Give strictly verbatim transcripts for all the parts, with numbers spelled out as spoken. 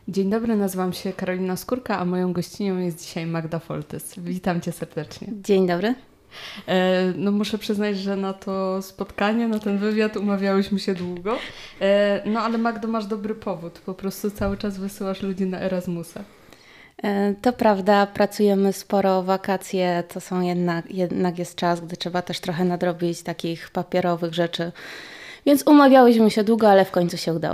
Dzień dobry, nazywam się Karolina Skórka, a moją gościnią jest dzisiaj Magda Foltys. Witam Cię serdecznie. Dzień dobry. E, no muszę przyznać, że na to spotkanie, na ten wywiad umawiałyśmy się długo. E, no ale Magdo, masz dobry powód. Po prostu cały czas wysyłasz ludzi na Erasmusa. E, to prawda, pracujemy sporo, wakacje to są jednak, jednak jest czas, gdy trzeba też trochę nadrobić takich papierowych rzeczy. Więc umawiałyśmy się długo, ale w końcu się udało.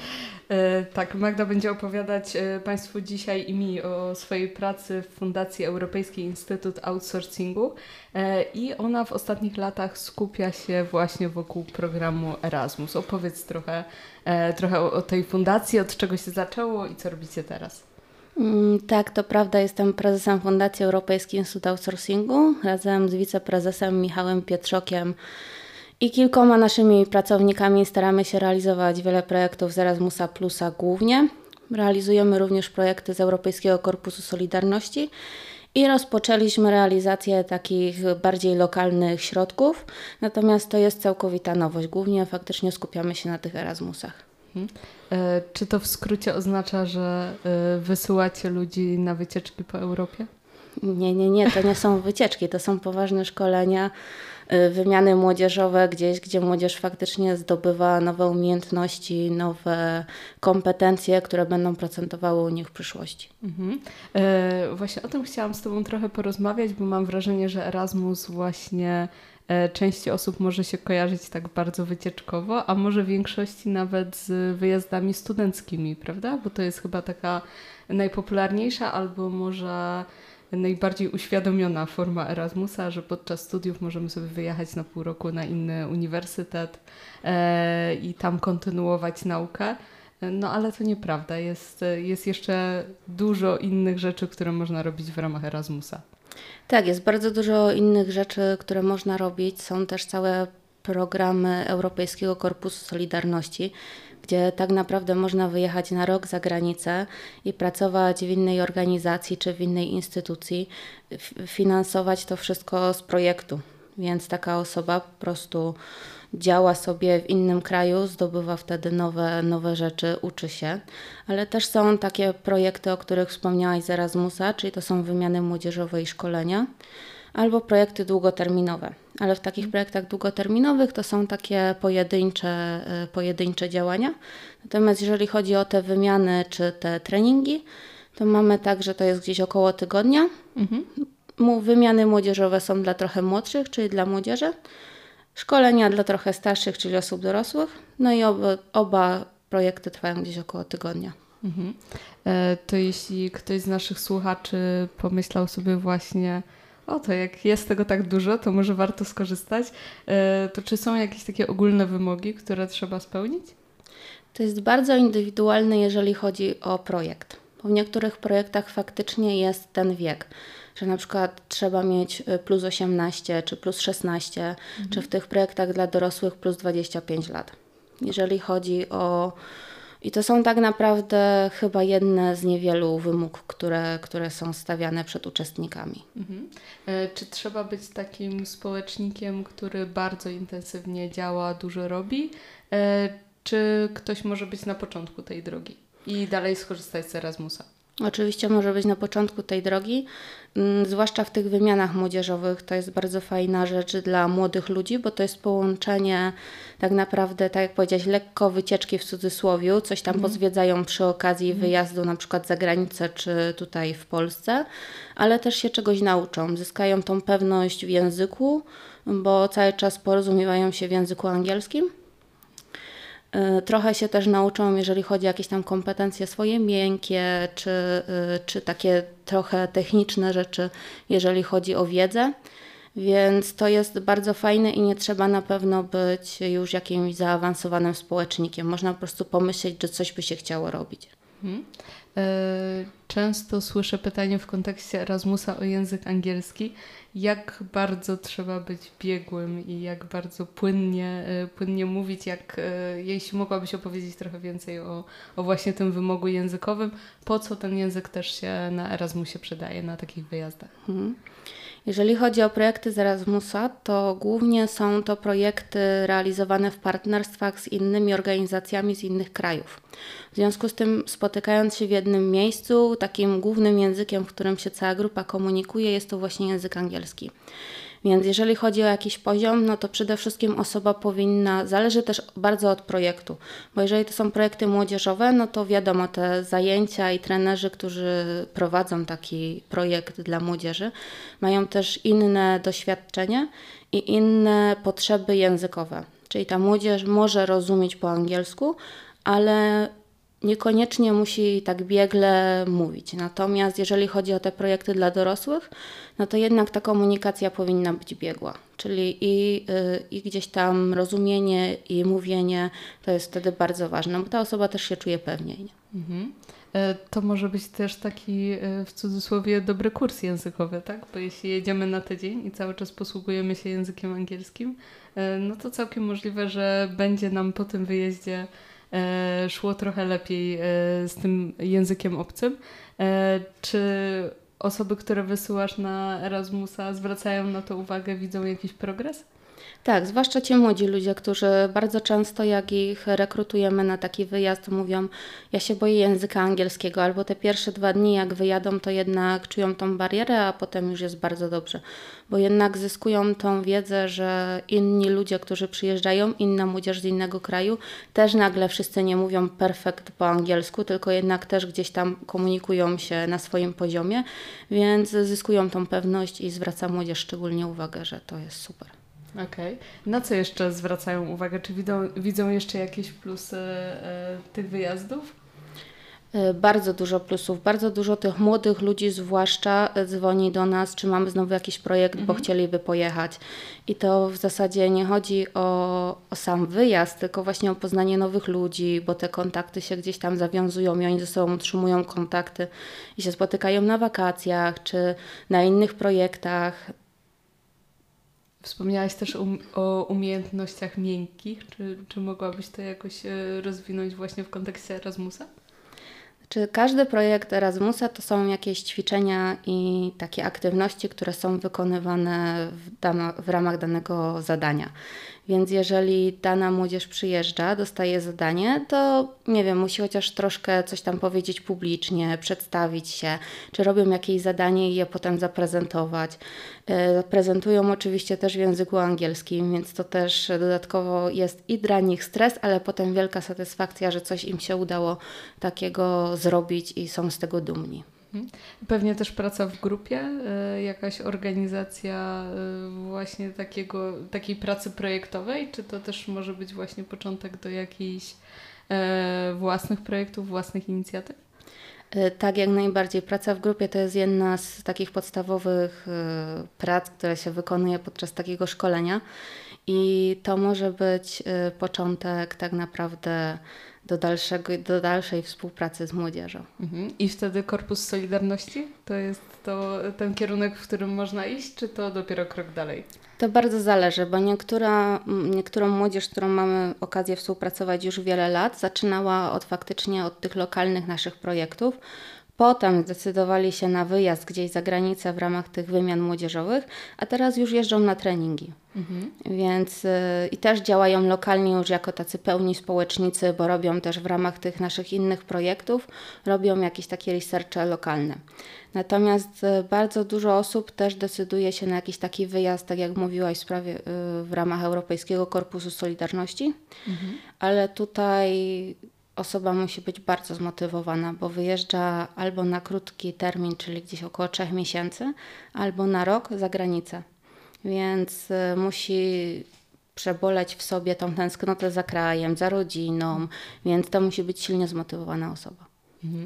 E, tak, Magda będzie opowiadać e, Państwu dzisiaj i mi o swojej pracy w Fundacji Europejski Instytut Outsourcingu e, i ona w ostatnich latach skupia się właśnie wokół programu Erasmus. Opowiedz trochę, e, trochę o, o tej fundacji, od czego się zaczęło i co robicie teraz. Mm, tak, to prawda, jestem prezesem Fundacji Europejski Instytut Outsourcingu razem z wiceprezesem Michałem Pietrzokiem i kilkoma naszymi pracownikami staramy się realizować wiele projektów z Erasmusa Plusa głównie. Realizujemy również projekty z Europejskiego Korpusu Solidarności i rozpoczęliśmy realizację takich bardziej lokalnych środków, natomiast to jest całkowita nowość. Głównie faktycznie skupiamy się na tych Erasmusach. Hmm. E, czy to w skrócie oznacza, że e, wysyłacie ludzi na wycieczki po Europie? Nie, nie, nie, to nie są wycieczki, to są poważne szkolenia, wymiany młodzieżowe gdzieś, gdzie młodzież faktycznie zdobywa nowe umiejętności, nowe kompetencje, które będą procentowały u nich w przyszłości. Mhm. E, właśnie o tym chciałam z Tobą trochę porozmawiać, bo mam wrażenie, że Erasmus właśnie e, części osób może się kojarzyć tak bardzo wycieczkowo, a może większości nawet z wyjazdami studenckimi, prawda? Bo to jest chyba taka najpopularniejsza albo może najbardziej uświadomiona forma Erasmusa, że podczas studiów możemy sobie wyjechać na pół roku na inny uniwersytet e, i tam kontynuować naukę. No ale to nieprawda. Jest, jest jeszcze dużo innych rzeczy, które można robić w ramach Erasmusa. Tak, jest bardzo dużo innych rzeczy, które można robić. Są też całe programy Europejskiego Korpusu Solidarności, gdzie tak naprawdę można wyjechać na rok za granicę i pracować w innej organizacji czy w innej instytucji, finansować to wszystko z projektu. Więc taka osoba po prostu działa sobie w innym kraju, zdobywa wtedy nowe, nowe rzeczy, uczy się. Ale też są takie projekty, o których wspomniałaś z Erasmusa, czyli to są wymiany młodzieżowe i szkolenia, albo projekty długoterminowe. Ale w takich projektach długoterminowych to są takie pojedyncze, pojedyncze działania. Natomiast jeżeli chodzi o te wymiany czy te treningi, to mamy tak, że to jest gdzieś około tygodnia. Mhm. Wymiany młodzieżowe są dla trochę młodszych, czyli dla młodzieży. Szkolenia dla trochę starszych, czyli osób dorosłych. No i oba, oba projekty trwają gdzieś około tygodnia. Mhm. E, to jeśli ktoś z naszych słuchaczy pomyślał sobie właśnie, o to jak jest tego tak dużo, to może warto skorzystać. E, to czy są jakieś takie ogólne wymogi, które trzeba spełnić? To jest bardzo indywidualne, jeżeli chodzi o projekt. Bo w niektórych projektach faktycznie jest ten wiek, że na przykład trzeba mieć plus osiemnaście czy plus szesnaście, mhm. czy w tych projektach dla dorosłych plus dwadzieścia pięć lat. Jeżeli chodzi o... I to są tak naprawdę chyba jedne z niewielu wymóg, które, które są stawiane przed uczestnikami. Mhm. E, czy trzeba być takim społecznikiem, który bardzo intensywnie działa, dużo robi? E, czy ktoś może być na początku tej drogi i dalej skorzystać z Erasmusa? Oczywiście może być na początku tej drogi, zwłaszcza w tych wymianach młodzieżowych. To jest bardzo fajna rzecz dla młodych ludzi, bo to jest połączenie tak naprawdę, tak jak powiedziałaś, lekko wycieczki w cudzysłowiu, coś tam mm. pozwiedzają przy okazji mm. wyjazdu na przykład za granicę czy tutaj w Polsce, ale też się czegoś nauczą, zyskają tą pewność w języku, bo cały czas porozumiewają się w języku angielskim. Trochę się też nauczą, jeżeli chodzi o jakieś tam kompetencje swoje miękkie, czy, czy takie trochę techniczne rzeczy, jeżeli chodzi o wiedzę. Więc to jest bardzo fajne i nie trzeba na pewno być już jakimś zaawansowanym społecznikiem. Można po prostu pomyśleć, że coś by się chciało robić. Hmm. Często słyszę pytanie w kontekście Erasmusa o język angielski. Jak bardzo trzeba być biegłym i jak bardzo płynnie, płynnie mówić, jak, jeśli mogłabyś opowiedzieć trochę więcej o, o właśnie tym wymogu językowym, po co ten język też się na Erasmusie przydaje, na takich wyjazdach? Hmm. Jeżeli chodzi o projekty z Erasmusa, to głównie są to projekty realizowane w partnerstwach z innymi organizacjami z innych krajów. W związku z tym, spotykając się w jednym miejscu, takim głównym językiem, w którym się cała grupa komunikuje, jest to właśnie język angielski. Więc jeżeli chodzi o jakiś poziom, no to przede wszystkim osoba powinna, zależy też bardzo od projektu, bo jeżeli to są projekty młodzieżowe, no to wiadomo, te zajęcia i trenerzy, którzy prowadzą taki projekt dla młodzieży, mają też inne doświadczenie i inne potrzeby językowe. Czyli ta młodzież może rozumieć po angielsku, ale niekoniecznie musi tak biegle mówić. Natomiast jeżeli chodzi o te projekty dla dorosłych, no to jednak ta komunikacja powinna być biegła. Czyli i, yy, i gdzieś tam rozumienie i mówienie to jest wtedy bardzo ważne, bo ta osoba też się czuje pewniej. Nie? Mhm. To może być też taki w cudzysłowie dobry kurs językowy, tak? Bo jeśli jedziemy na tydzień i cały czas posługujemy się językiem angielskim, no to całkiem możliwe, że będzie nam po tym wyjeździe szło trochę lepiej z tym językiem obcym. Czy osoby, które wysyłasz na Erasmusa, zwracają na to uwagę, widzą jakiś progres? Tak, zwłaszcza ci młodzi ludzie, którzy bardzo często jak ich rekrutujemy na taki wyjazd, mówią: ja się boję języka angielskiego, albo te pierwsze dwa dni jak wyjadą, to jednak czują tą barierę, a potem już jest bardzo dobrze, bo jednak zyskują tą wiedzę, że inni ludzie, którzy przyjeżdżają, inna młodzież z innego kraju, też nagle wszyscy nie mówią perfekt po angielsku, tylko jednak też gdzieś tam komunikują się na swoim poziomie, więc zyskują tą pewność i zwraca młodzież szczególnie uwagę, że to jest super. Okej. Okay. Na co jeszcze zwracają uwagę? Czy widzą, widzą jeszcze jakieś plusy e, tych wyjazdów? Bardzo dużo plusów, bardzo dużo tych młodych ludzi zwłaszcza dzwoni do nas, czy mamy znowu jakiś projekt, mhm. bo chcieliby pojechać. I to w zasadzie nie chodzi o, o sam wyjazd, tylko właśnie o poznanie nowych ludzi, bo te kontakty się gdzieś tam zawiązują i oni ze sobą utrzymują kontakty i się spotykają na wakacjach, czy na innych projektach. Wspomniałaś też um, o umiejętnościach miękkich. Czy, czy mogłabyś to jakoś e, rozwinąć właśnie w kontekście Erasmusa? Czy każdy projekt Erasmusa to są jakieś ćwiczenia i takie aktywności, które są wykonywane w, dama, w ramach danego zadania. Więc jeżeli dana młodzież przyjeżdża, dostaje zadanie, to nie wiem, musi chociaż troszkę coś tam powiedzieć publicznie, przedstawić się, czy robią jakieś zadanie i je potem zaprezentować. Prezentują oczywiście też w języku angielskim, więc to też dodatkowo jest i dla nich stres, ale potem wielka satysfakcja, że coś im się udało takiego zrobić i są z tego dumni. Pewnie też praca w grupie, jakaś organizacja właśnie takiego, takiej pracy projektowej, czy to też może być właśnie początek do jakichś własnych projektów, własnych inicjatyw? Tak, jak najbardziej. Praca w grupie to jest jedna z takich podstawowych prac, które się wykonuje podczas takiego szkolenia i to może być początek tak naprawdę do, dalszego, do dalszej współpracy z młodzieżą. Mhm. I wtedy Korpus Solidarności? To jest to ten kierunek, w którym można iść, czy to dopiero krok dalej? To bardzo zależy, bo niektóra, niektórą młodzież, z którą mamy okazję współpracować już wiele lat, zaczynała od faktycznie od tych lokalnych naszych projektów. Potem zdecydowali się na wyjazd gdzieś za granicę w ramach tych wymian młodzieżowych, a teraz już jeżdżą na treningi. Mhm. Więc yy, i też działają lokalnie już jako tacy pełni społecznicy, bo robią też w ramach tych naszych innych projektów, robią jakieś takie researche lokalne. Natomiast yy, bardzo dużo osób też decyduje się na jakiś taki wyjazd, tak jak mówiłaś, w, sprawie, yy, w ramach Europejskiego Korpusu Solidarności, mhm. ale tutaj osoba musi być bardzo zmotywowana, bo wyjeżdża albo na krótki termin, czyli gdzieś około trzech miesięcy, albo na rok za granicę. Więc y, musi przeboleć w sobie tą tęsknotę za krajem, za rodziną, więc to musi być silnie zmotywowana osoba. Mhm.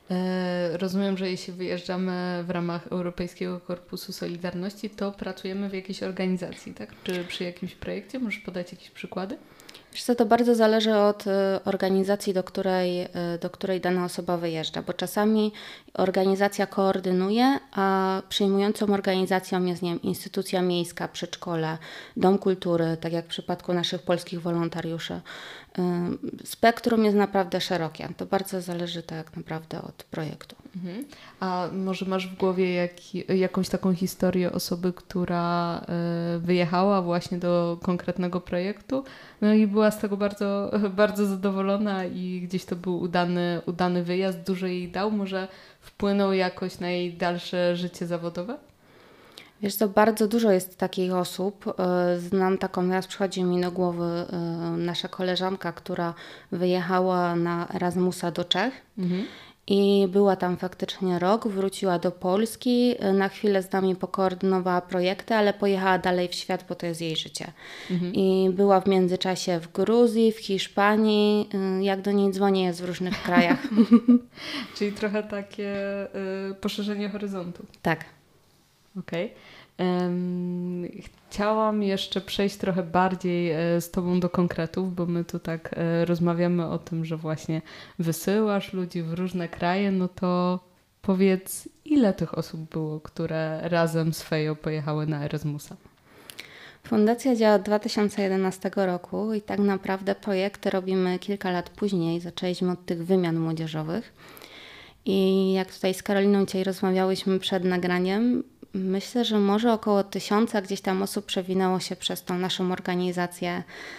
E, rozumiem, że jeśli wyjeżdżamy w ramach Europejskiego Korpusu Solidarności, to pracujemy w jakiejś organizacji, tak? Czy przy jakimś projekcie? Możesz podać jakieś przykłady? Wiesz co, to bardzo zależy od organizacji, do której, do której dana osoba wyjeżdża, bo czasami organizacja koordynuje, a przyjmującą organizacją jest, nie wiem, instytucja miejska, przedszkole, dom kultury, tak jak w przypadku naszych polskich wolontariuszy. Spektrum jest naprawdę szerokie. To bardzo zależy tak naprawdę od od projektu. Mhm. A może masz w głowie jak, jakąś taką historię osoby, która y, wyjechała właśnie do konkretnego projektu, no i była z tego bardzo, bardzo zadowolona i gdzieś to był udany, udany wyjazd, dużo jej dał, może wpłynął jakoś na jej dalsze życie zawodowe? Wiesz co, bardzo dużo jest takich osób. Znam taką, teraz przychodzi mi do głowy nasza koleżanka, która wyjechała na Erasmusa do Czech. Mhm. I była tam faktycznie rok, wróciła do Polski, na chwilę z nami pokoordynowała projekty, ale pojechała dalej w świat, bo to jest jej życie. Mhm. I była w międzyczasie w Gruzji, w Hiszpanii, jak do niej dzwonię, jest w różnych krajach. Czyli trochę takie y, poszerzenie horyzontu. Tak. Okej. Okay. Um, chciałam jeszcze przejść trochę bardziej e, z Tobą do konkretów, bo my tu tak e, rozmawiamy o tym, że właśnie wysyłasz ludzi w różne kraje, no to powiedz, ile tych osób było, które razem z Fejo pojechały na Erasmusa? Fundacja działa od dwa tysiące jedenastego roku i tak naprawdę projekty robimy kilka lat później. Zaczęliśmy od tych wymian młodzieżowych i jak tutaj z Karoliną dzisiaj rozmawiałyśmy przed nagraniem, myślę, że może około tysiąca gdzieś tam osób przewinęło się przez tą naszą organizację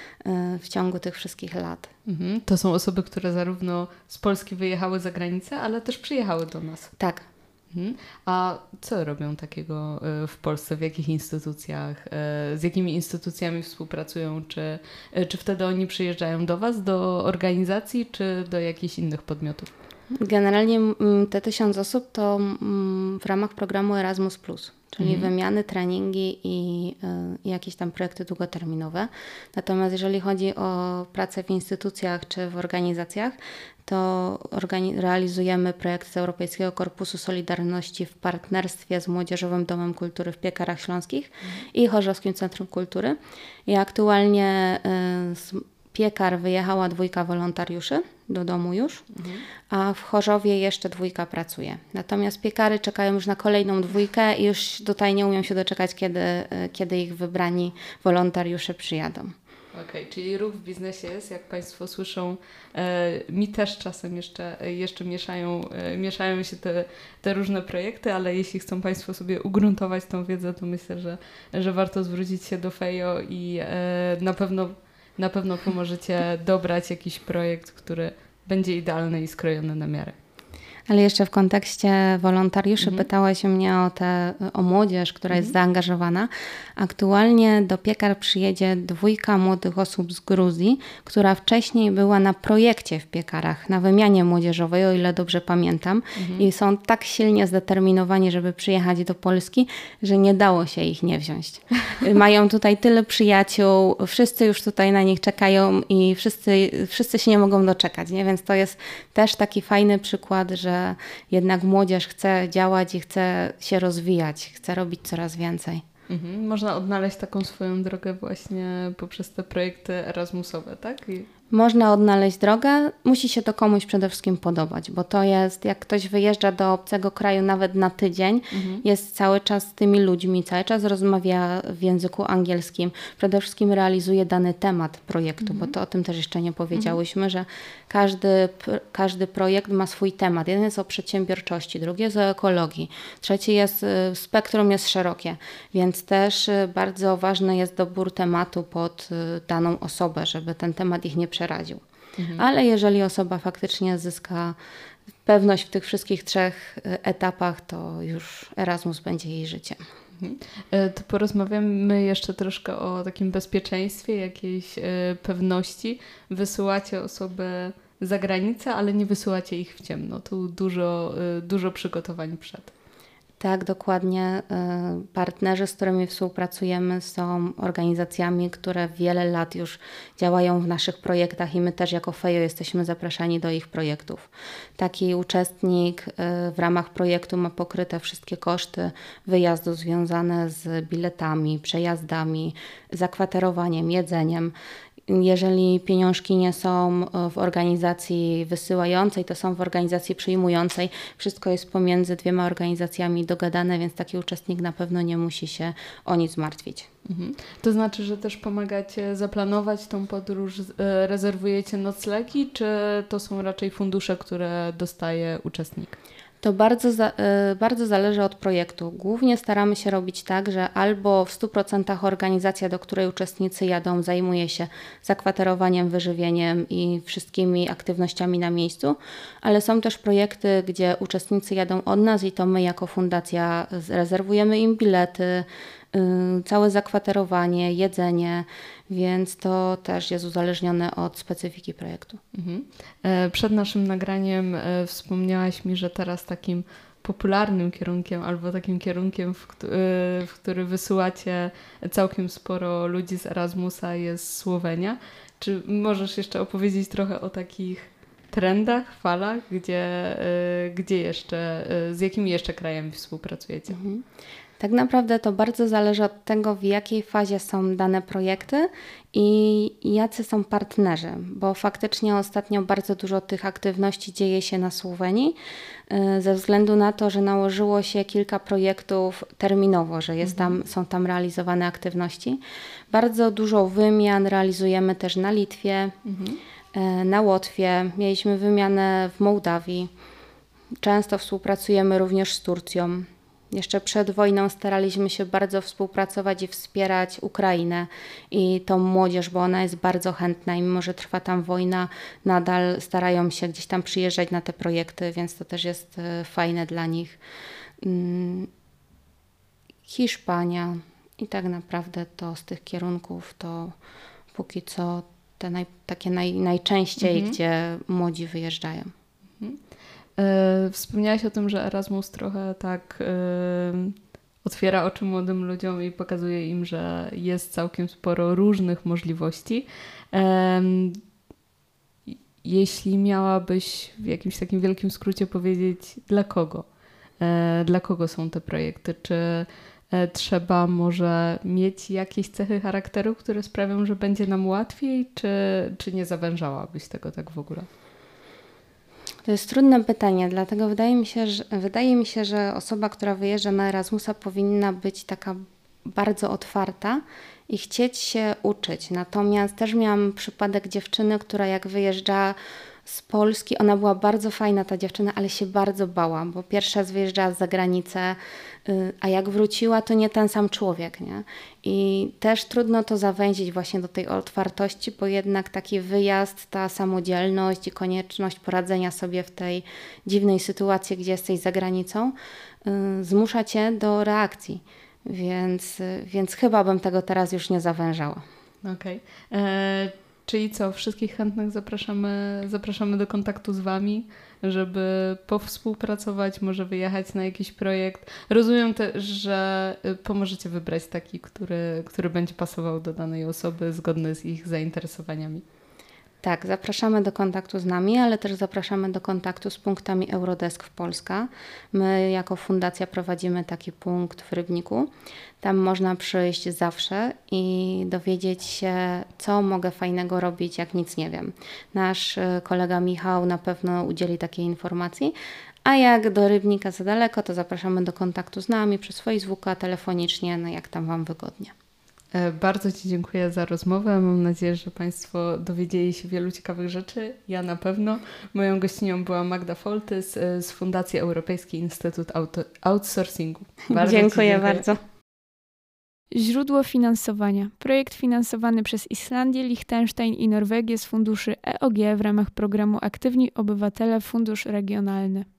w ciągu tych wszystkich lat. Mhm. To są osoby, które zarówno z Polski wyjechały za granicę, ale też przyjechały do nas. Tak. Mhm. A co robią takiego w Polsce? W jakich instytucjach? Z jakimi instytucjami współpracują? Czy, czy wtedy oni przyjeżdżają do Was, do organizacji, czy do jakichś innych podmiotów? Generalnie te tysiąc osób to w ramach programu Erasmus plus, czyli mhm. wymiany, treningi i, i jakieś tam projekty długoterminowe. Natomiast jeżeli chodzi o pracę w instytucjach czy w organizacjach, to organi- realizujemy projekt z Europejskiego Korpusu Solidarności w partnerstwie z Młodzieżowym Domem Kultury w Piekarach Śląskich mhm. i Chorzowskim Centrum Kultury. I aktualnie y, z Piekar wyjechała dwójka wolontariuszy do domu już, mhm. a w Chorzowie jeszcze dwójka pracuje. Natomiast Piekary czekają już na kolejną dwójkę i już tutaj nie umieją się doczekać, kiedy, kiedy ich wybrani wolontariusze przyjadą. Okej, okay, czyli ruch w biznesie jest, jak Państwo słyszą, e, mi też czasem jeszcze, jeszcze mieszają, e, mieszają się te, te różne projekty, ale jeśli chcą Państwo sobie ugruntować tą wiedzę, to myślę, że, że warto zwrócić się do Fejo i e, na pewno Na pewno pomożecie dobrać jakiś projekt, który będzie idealny i skrojony na miarę. Ale jeszcze w kontekście wolontariuszy mhm. pytałeś mnie o, te, o młodzież, która mhm. jest zaangażowana. Aktualnie do Piekar przyjedzie dwójka młodych osób z Gruzji, która wcześniej była na projekcie w Piekarach, na wymianie młodzieżowej, o ile dobrze pamiętam. Mhm. I są tak silnie zdeterminowani, żeby przyjechać do Polski, że nie dało się ich nie wziąć. Mają tutaj tyle przyjaciół, wszyscy już tutaj na nich czekają i wszyscy, wszyscy się nie mogą doczekać. Nie? Więc to jest też taki fajny przykład, że jednak młodzież chce działać i chce się rozwijać, chce robić coraz więcej. Mhm. Można odnaleźć taką swoją drogę właśnie poprzez te projekty Erasmusowe, tak? I... Można odnaleźć drogę, musi się to komuś przede wszystkim podobać, bo to jest, jak ktoś wyjeżdża do obcego kraju nawet na tydzień, mhm. jest cały czas z tymi ludźmi, cały czas rozmawia w języku angielskim, przede wszystkim realizuje dany temat projektu, mhm. bo to o tym też jeszcze nie powiedziałyśmy, mhm. że każdy, każdy projekt ma swój temat. Jeden jest o przedsiębiorczości, drugi jest o ekologii, trzeci jest, spektrum jest szerokie, więc też bardzo ważny jest dobór tematu pod daną osobę, żeby ten temat ich nie przeraził. Mhm. Ale jeżeli osoba faktycznie zyska pewność w tych wszystkich trzech etapach, to już Erasmus będzie jej życiem. Mhm. To porozmawiamy jeszcze troszkę o takim bezpieczeństwie, jakiejś pewności. Wysyłacie osoby za granicę, ale nie wysyłacie ich w ciemno. Tu dużo, dużo przygotowań przed. Tak, dokładnie. Partnerzy, z którymi współpracujemy, są organizacjami, które wiele lat już działają w naszych projektach i my też jako Fejo jesteśmy zapraszani do ich projektów. Taki uczestnik w ramach projektu ma pokryte wszystkie koszty wyjazdu związane z biletami, przejazdami, zakwaterowaniem, jedzeniem. Jeżeli pieniążki nie są w organizacji wysyłającej, to są w organizacji przyjmującej. Wszystko jest pomiędzy dwiema organizacjami dogadane, więc taki uczestnik na pewno nie musi się o nic martwić. Mhm. To znaczy, że też pomagacie zaplanować tą podróż, rezerwujecie noclegi, czy to są raczej fundusze, które dostaje uczestnik? To bardzo, za, bardzo zależy od projektu. Głównie staramy się robić tak, że albo w stu procentach organizacja, do której uczestnicy jadą, zajmuje się zakwaterowaniem, wyżywieniem i wszystkimi aktywnościami na miejscu, ale są też projekty, gdzie uczestnicy jadą od nas i to my jako fundacja rezerwujemy im bilety, całe zakwaterowanie, jedzenie, więc to też jest uzależnione od specyfiki projektu. Mhm. Przed naszym nagraniem wspomniałaś mi, że teraz takim popularnym kierunkiem albo takim kierunkiem, w, w który wysyłacie całkiem sporo ludzi z Erasmusa, jest Słowenia. Czy możesz jeszcze opowiedzieć trochę o takich trendach, falach, gdzie, gdzie jeszcze, z jakimi jeszcze krajami współpracujecie? Mhm. Tak naprawdę to bardzo zależy od tego, w jakiej fazie są dane projekty i jacy są partnerzy, bo faktycznie ostatnio bardzo dużo tych aktywności dzieje się na Słowenii ze względu na to, że nałożyło się kilka projektów terminowo, że jest tam, są tam realizowane aktywności. Bardzo dużo wymian realizujemy też na Litwie, mhm. na Łotwie, mieliśmy wymianę w Mołdawii, często współpracujemy również z Turcją. Jeszcze przed wojną staraliśmy się bardzo współpracować i wspierać Ukrainę i tą młodzież, bo ona jest bardzo chętna i mimo, że trwa tam wojna, nadal starają się gdzieś tam przyjeżdżać na te projekty, więc to też jest fajne dla nich. Hiszpania i tak naprawdę to z tych kierunków to póki co te naj, takie naj, najczęściej, mhm. gdzie młodzi wyjeżdżają. Mhm. Wspomniałaś o tym, że Erasmus trochę tak y, otwiera oczy młodym ludziom i pokazuje im, że jest całkiem sporo różnych możliwości. Y, jeśli miałabyś w jakimś takim wielkim skrócie powiedzieć, dla kogo? Y, dla kogo są te projekty? Czy y, trzeba może mieć jakieś cechy charakteru, które sprawią, że będzie nam łatwiej, czy, czy nie zawężałabyś tego tak w ogóle? To jest trudne pytanie, dlatego wydaje mi się, że, wydaje mi się, że osoba, która wyjeżdża na Erasmusa, powinna być taka bardzo otwarta i chcieć się uczyć. Natomiast też miałam przypadek dziewczyny, która jak wyjeżdża z Polski, ona była bardzo fajna, ta dziewczyna, ale się bardzo bała, bo pierwszy raz wyjeżdżała za granicę, a jak wróciła, to nie ten sam człowiek, nie? I też trudno to zawęzić właśnie do tej otwartości, bo jednak taki wyjazd, ta samodzielność i konieczność poradzenia sobie w tej dziwnej sytuacji, gdzie jesteś za granicą, zmusza cię do reakcji, więc, więc chyba bym tego teraz już nie zawężała. Okej. Okay. Czyli co, wszystkich chętnych zapraszamy, zapraszamy do kontaktu z Wami, żeby powspółpracować, może wyjechać na jakiś projekt. Rozumiem też, że pomożecie wybrać taki, który, który będzie pasował do danej osoby, zgodny z ich zainteresowaniami. Tak, zapraszamy do kontaktu z nami, ale też zapraszamy do kontaktu z punktami Eurodesk w Polska. My jako fundacja prowadzimy taki punkt w Rybniku. Tam można przyjść zawsze i dowiedzieć się, co mogę fajnego robić, jak nic nie wiem. Nasz kolega Michał na pewno udzieli takiej informacji, a jak do Rybnika za daleko, to zapraszamy do kontaktu z nami przez Facebooka, telefonicznie, no jak tam Wam wygodnie. Bardzo Ci dziękuję za rozmowę. Mam nadzieję, że Państwo dowiedzieli się wielu ciekawych rzeczy. Ja na pewno. Moją gościnią była Magda Foltys z Fundacji Europejski Instytut Outsourcingu. Bardzo dziękuję, dziękuję bardzo. Źródło finansowania. Projekt finansowany przez Islandię, Liechtenstein i Norwegię z funduszy E O G w ramach programu Aktywni Obywatele Fundusz Regionalny.